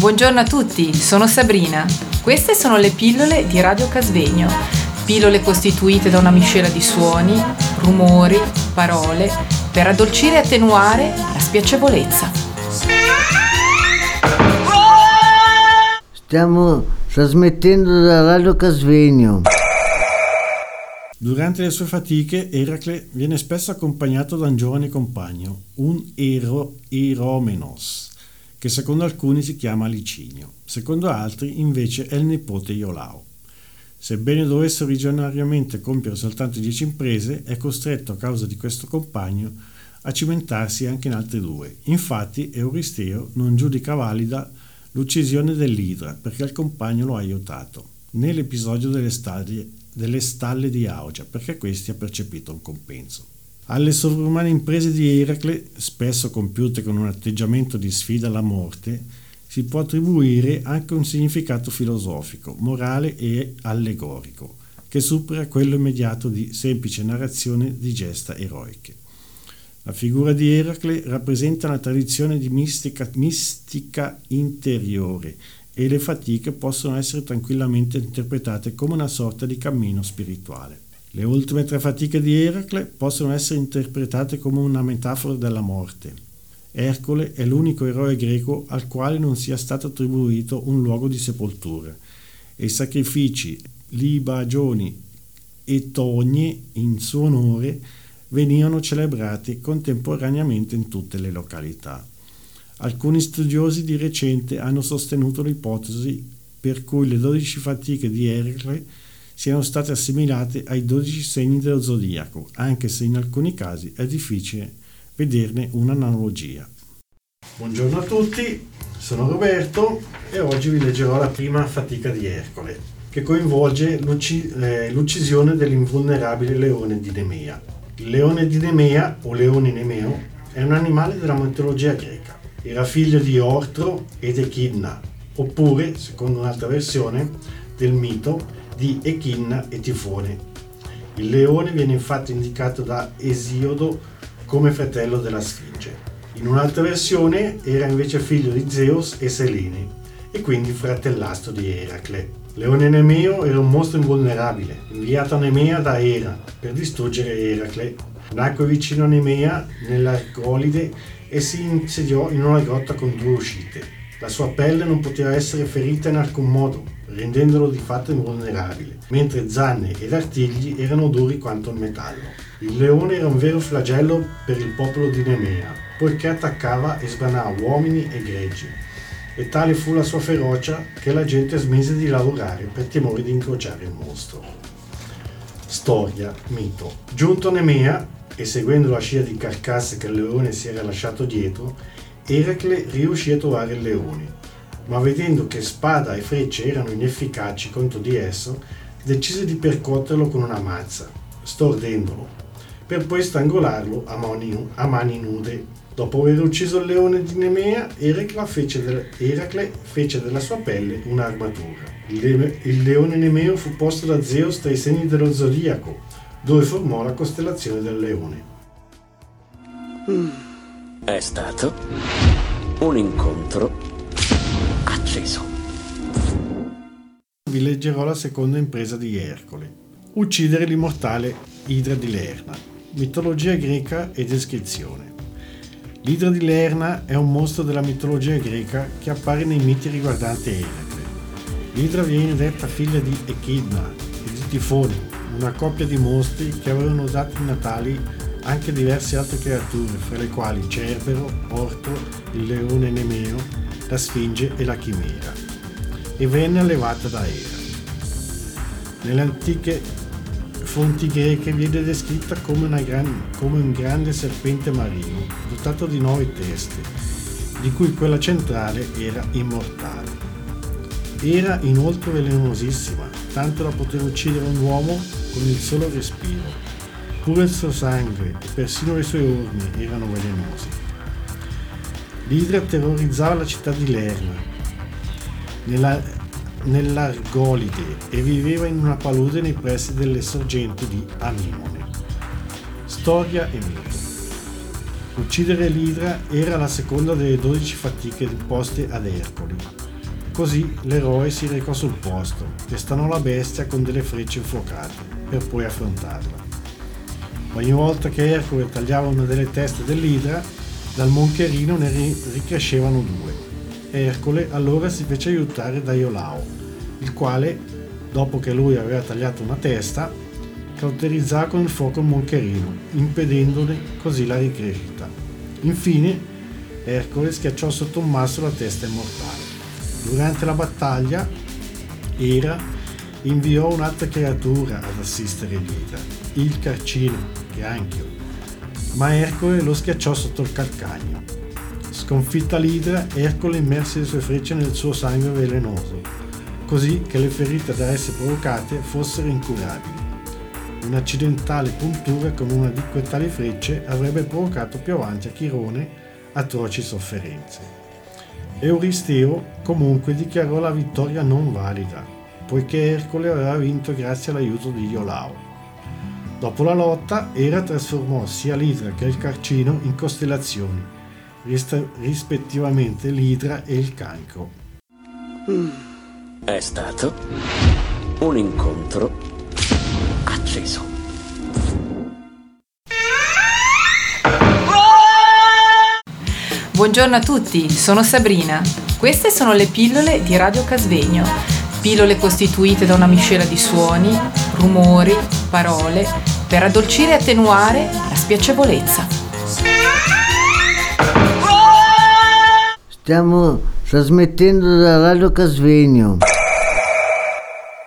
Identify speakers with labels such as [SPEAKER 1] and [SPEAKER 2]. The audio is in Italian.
[SPEAKER 1] Buongiorno a tutti, sono Sabrina. Queste sono le pillole di Radio Casvegno. Pillole costituite da una miscela di suoni, rumori, parole, per addolcire e attenuare la spiacevolezza.
[SPEAKER 2] Stiamo trasmettendo da Radio Casvegno.
[SPEAKER 3] Durante le sue fatiche, Eracle viene spesso accompagnato da un giovane compagno, un Eromenos, che secondo alcuni si chiama Licinio, secondo altri invece è il nipote Iolao. Sebbene dovesse originariamente compiere soltanto 10 imprese, è costretto a causa di questo compagno a cimentarsi anche in altre 2. Infatti Euristeo non giudica valida l'uccisione dell'Idra perché il compagno lo ha aiutato nell'episodio delle stalle di Augia, perché questi ha percepito un compenso. Alle sovrumane imprese di Eracle, spesso compiute con un atteggiamento di sfida alla morte, si può attribuire anche un significato filosofico, morale e allegorico, che supera quello immediato di semplice narrazione di gesta eroiche. La figura di Eracle rappresenta una tradizione di mistica interiore e le fatiche possono essere tranquillamente interpretate come una sorta di cammino spirituale. Le ultime 3 fatiche di Eracle possono essere interpretate come una metafora della morte. Ercole è l'unico eroe greco al quale non sia stato attribuito un luogo di sepoltura e i sacrifici, libagioni e togne in suo onore venivano celebrati contemporaneamente in tutte le località. Alcuni studiosi di recente hanno sostenuto l'ipotesi per cui le 12 fatiche di Eracle siano state assimilate ai 12 segni dello zodiaco, anche se in alcuni casi è difficile vederne un'analogia. Buongiorno a tutti, sono Roberto e oggi vi leggerò la prima fatica di Ercole, che coinvolge l'uccisione dell'invulnerabile leone di Nemea. Il leone di Nemea, o leone nemeo, è un animale della mitologia greca. Era figlio di Ortro ed Echidna, oppure, secondo un'altra versione del mito, di Echinna e Tifone. Il leone viene infatti indicato da Esiodo come fratello della Sfinge. In un'altra versione era invece figlio di Zeus e Selene e quindi fratellastro di Eracle. Leone Nemeo era un mostro invulnerabile, inviato a Nemea da Era per distruggere Eracle. Nacque vicino a Nemea nell'Argolide e si insediò in una grotta con 2 uscite. La sua pelle non poteva essere ferita in alcun modo, rendendolo di fatto invulnerabile, mentre zanne ed artigli erano duri quanto il metallo. Il leone era un vero flagello per il popolo di Nemea, poiché attaccava e sbranava uomini e greggi, e tale fu la sua ferocia che la gente smise di lavorare per timore di incrociare il mostro. Storia, mito. Giunto a Nemea, e seguendo la scia di carcasse che il leone si era lasciato dietro, Eracle riuscì a trovare il leone, ma vedendo che spada e frecce erano inefficaci contro di esso, decise di percuoterlo con una mazza, stordendolo, per poi strangolarlo a mani nude. Dopo aver ucciso il leone di Nemea, Eracle fece della sua pelle un'armatura. Il leone nemeo fu posto da Zeus tra i segni dello zodiaco, dove formò la costellazione del leone.
[SPEAKER 4] È stato un incontro acceso.
[SPEAKER 3] Vi leggerò la seconda impresa di Ercole. Uccidere l'immortale Idra di Lerna. Mitologia greca e descrizione. L'Idra di Lerna è un mostro della mitologia greca che appare nei miti riguardanti Eracle. L'Idra viene detta figlia di Echidna e di Tifone, una coppia di mostri che avevano dato i natali anche diverse altre creature, fra le quali Cerbero, Orto, il leone nemeo, la Sfinge e la Chimera, e venne allevata da Era. Nelle antiche fonti greche viene descritta come un grande serpente marino, dotato di 9 teste, di cui quella centrale era immortale. Era inoltre velenosissima, tanto da poter uccidere un uomo con il solo respiro. Pure il suo sangue e persino i suoi ormi erano velenosi. L'Idra terrorizzava la città di Lerna, nell'Argolide, e viveva in una palude nei pressi delle sorgenti di Amimone. Storia e mito. Uccidere l'Idra era la seconda delle 12 fatiche imposte ad Ercole. Così l'eroe si recò sul posto, testò la bestia con delle frecce infuocate, per poi affrontarla. Ogni volta che Ercole tagliava una delle teste dell'idra, dal moncherino ne ricrescevano due. Ercole allora si fece aiutare da Iolao, il quale, dopo che lui aveva tagliato una testa, cauterizzava con il fuoco il moncherino, impedendone così la ricrescita. Infine, Ercole schiacciò sotto un mastro la testa immortale. Durante la battaglia, Era inviò un'altra creatura ad assistere l'idra, il carcino, Granchio, ma Ercole lo schiacciò sotto il calcagno. Sconfitta l'idra, Ercole immerse le sue frecce nel suo sangue velenoso, così che le ferite da esse provocate fossero incurabili. Un'accidentale puntura con una di tali frecce avrebbe provocato più avanti a Chirone atroci sofferenze. Euristeo comunque dichiarò la vittoria non valida, poiché Ercole aveva vinto grazie all'aiuto di Iolao. Dopo la lotta, Era trasformò sia l'idra che il carcino in costellazioni, rispettivamente l'idra e il cancro.
[SPEAKER 4] È stato un incontro acceso.
[SPEAKER 1] Buongiorno a tutti, sono Sabrina. Queste sono le pillole di Radio Casvegno. Pillole costituite da una miscela di suoni, rumori, parole, per addolcire e attenuare la spiacevolezza.
[SPEAKER 2] Stiamo trasmettendo da Radio Casvegno.